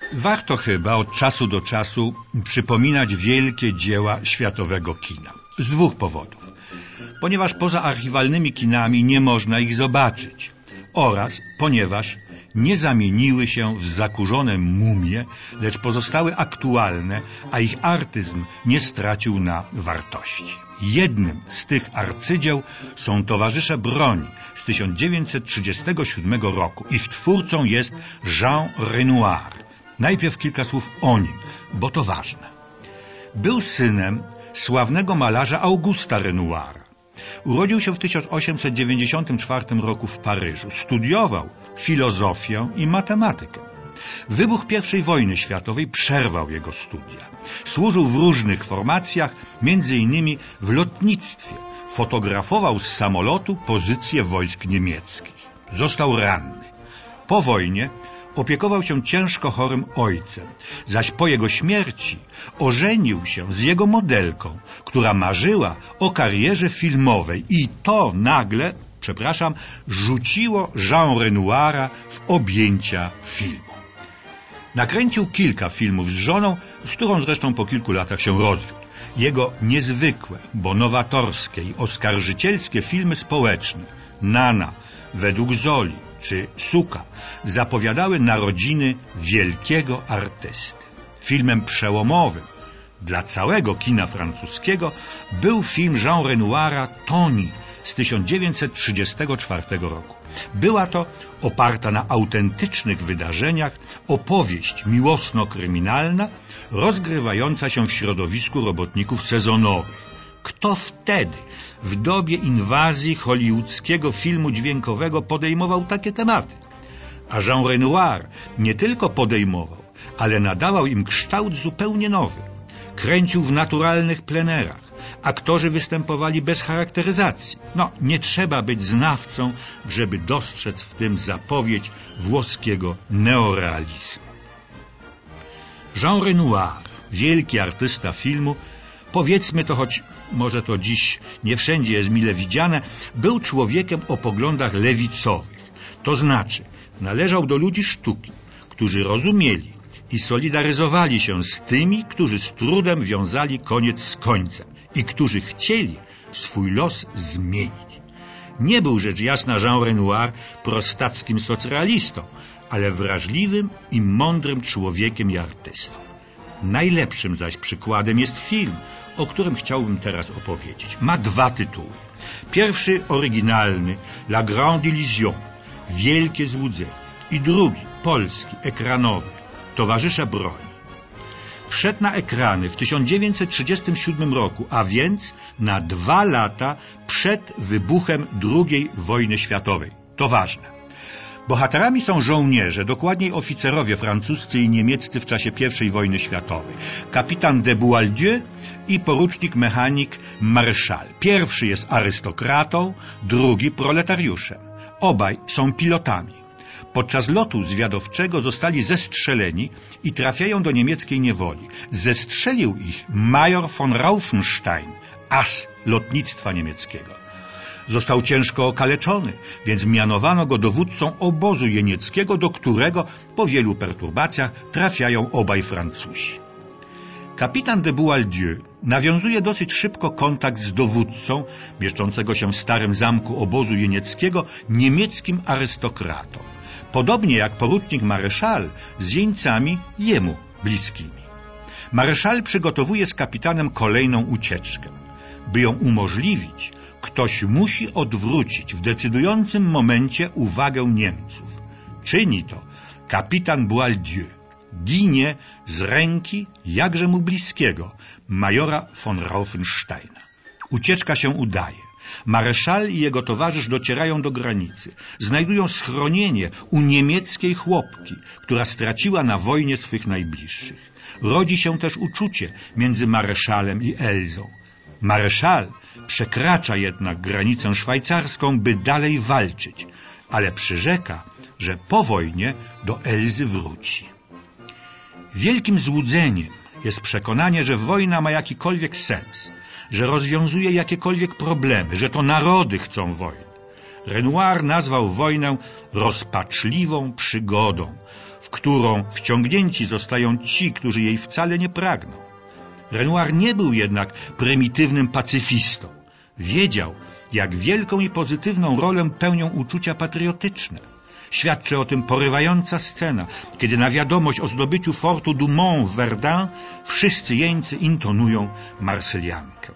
Warto chyba od czasu do czasu przypominać wielkie dzieła światowego kina. Z dwóch powodów. Ponieważ poza archiwalnymi kinami nie można ich zobaczyć. Oraz ponieważ nie zamieniły się w zakurzone mumie, lecz pozostały aktualne, a ich artyzm nie stracił na wartości. Jednym z tych arcydzieł są Towarzysze broni z 1937 roku. Ich twórcą jest Jean Renoir. Najpierw kilka słów o nim, bo to ważne. Był synem sławnego malarza Augusta Renoira. Urodził się w 1894 roku w Paryżu. Studiował filozofię i matematykę. Wybuch I wojny światowej przerwał jego studia. Służył w różnych formacjach, między innymi w lotnictwie. Fotografował z samolotu pozycje wojsk niemieckich. Został ranny. Po wojnie opiekował się ciężko chorym ojcem, zaś po jego śmierci ożenił się z jego modelką, która marzyła o karierze filmowej i to nagle, rzuciło Jean Renoira w objęcia filmu. Nakręcił kilka filmów z żoną, z którą zresztą po kilku latach się rozwiódł. Jego niezwykłe, bo nowatorskie i oskarżycielskie filmy społeczne Nana, Według Zoli czy Suka zapowiadały narodziny wielkiego artysty. Filmem przełomowym dla całego kina francuskiego był film Jean Renoira Tony z 1934 roku. Była to oparta na autentycznych wydarzeniach opowieść miłosno-kryminalna rozgrywająca się w środowisku robotników sezonowych. Kto wtedy, w dobie inwazji hollywoodzkiego filmu dźwiękowego, podejmował takie tematy? A Jean Renoir nie tylko podejmował, ale nadawał im kształt zupełnie nowy. Kręcił w naturalnych plenerach. Aktorzy występowali bez charakteryzacji. Nie trzeba być znawcą, żeby dostrzec w tym zapowiedź włoskiego neorealizmu. Jean Renoir, wielki artysta filmu, powiedzmy to, choć może to dziś nie wszędzie jest mile widziane, był człowiekiem o poglądach lewicowych. To znaczy, należał do ludzi sztuki, którzy rozumieli i solidaryzowali się z tymi, którzy z trudem wiązali koniec z końcem i którzy chcieli swój los zmienić. Nie był rzecz jasna Jean Renoir prostackim socrealistą, ale wrażliwym i mądrym człowiekiem i artystą. Najlepszym zaś przykładem jest film, o którym chciałbym teraz opowiedzieć. Ma dwa tytuły. Pierwszy oryginalny, La Grande Illusion, Wielkie Złudzenie, i drugi, polski, ekranowy, Towarzysze broni. Wszedł na ekrany w 1937 roku, a więc na 2 lata przed wybuchem II wojny światowej. To ważne. Bohaterami są żołnierze, dokładniej oficerowie francuscy i niemieccy w czasie I wojny światowej. Kapitan de Boieldieu i porucznik mechanik Maréchal. Pierwszy jest arystokratą, drugi proletariuszem. Obaj są pilotami. Podczas lotu zwiadowczego zostali zestrzeleni i trafiają do niemieckiej niewoli. Zestrzelił ich major von Rauffenstein, as lotnictwa niemieckiego. Został ciężko okaleczony, więc mianowano go dowódcą obozu jenieckiego, do którego po wielu perturbacjach trafiają obaj Francuzi. Kapitan de Boieldieu nawiązuje dosyć szybko kontakt z dowódcą, mieszczącego się w starym zamku obozu jenieckiego, niemieckim arystokratą. Podobnie jak porucznik Maréchal z jeńcami jemu bliskimi. Maréchal przygotowuje z kapitanem kolejną ucieczkę. By ją umożliwić, ktoś musi odwrócić w decydującym momencie uwagę Niemców. Czyni to kapitan Boieldieu. Ginie z ręki jakże mu bliskiego, majora von Rauffensteina. Ucieczka się udaje. Maréchal i jego towarzysz docierają do granicy. Znajdują schronienie u niemieckiej chłopki, która straciła na wojnie swych najbliższych. Rodzi się też uczucie między Maréchalem i Elzą. Maréchal przekracza jednak granicę szwajcarską, by dalej walczyć, ale przyrzeka, że po wojnie do Elzy wróci. Wielkim złudzeniem jest przekonanie, że wojna ma jakikolwiek sens, że rozwiązuje jakiekolwiek problemy, że to narody chcą wojny. Renoir nazwał wojnę rozpaczliwą przygodą, w którą wciągnięci zostają ci, którzy jej wcale nie pragną. Renoir nie był jednak prymitywnym pacyfistą. Wiedział, jak wielką i pozytywną rolę pełnią uczucia patriotyczne. Świadczy o tym porywająca scena, kiedy na wiadomość o zdobyciu fortu Douaumont w Verdun wszyscy jeńcy intonują Marsyliankę.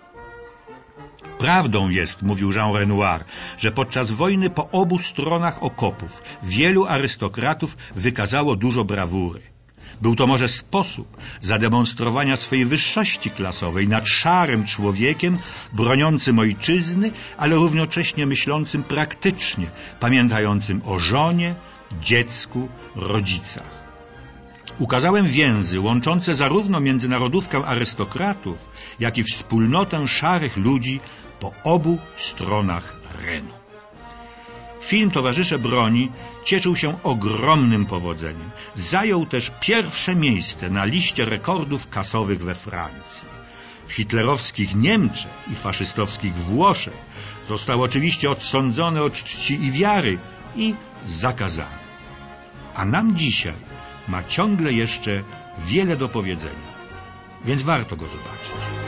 Prawdą jest, mówił Jean Renoir, że podczas wojny po obu stronach okopów wielu arystokratów wykazało dużo brawury. Był to może sposób zademonstrowania swojej wyższości klasowej nad szarym człowiekiem broniącym ojczyzny, ale równocześnie myślącym praktycznie, pamiętającym o żonie, dziecku, rodzicach. Ukazałem więzy łączące zarówno międzynarodówkę arystokratów, jak i wspólnotę szarych ludzi po obu stronach Renu. Film Towarzysze Broni cieszył się ogromnym powodzeniem. Zajął też pierwsze miejsce na liście rekordów kasowych we Francji. W hitlerowskich Niemczech i faszystowskich Włoszech został oczywiście odsądzony od czci i wiary i zakazany. A nam dzisiaj ma ciągle jeszcze wiele do powiedzenia, więc warto go zobaczyć.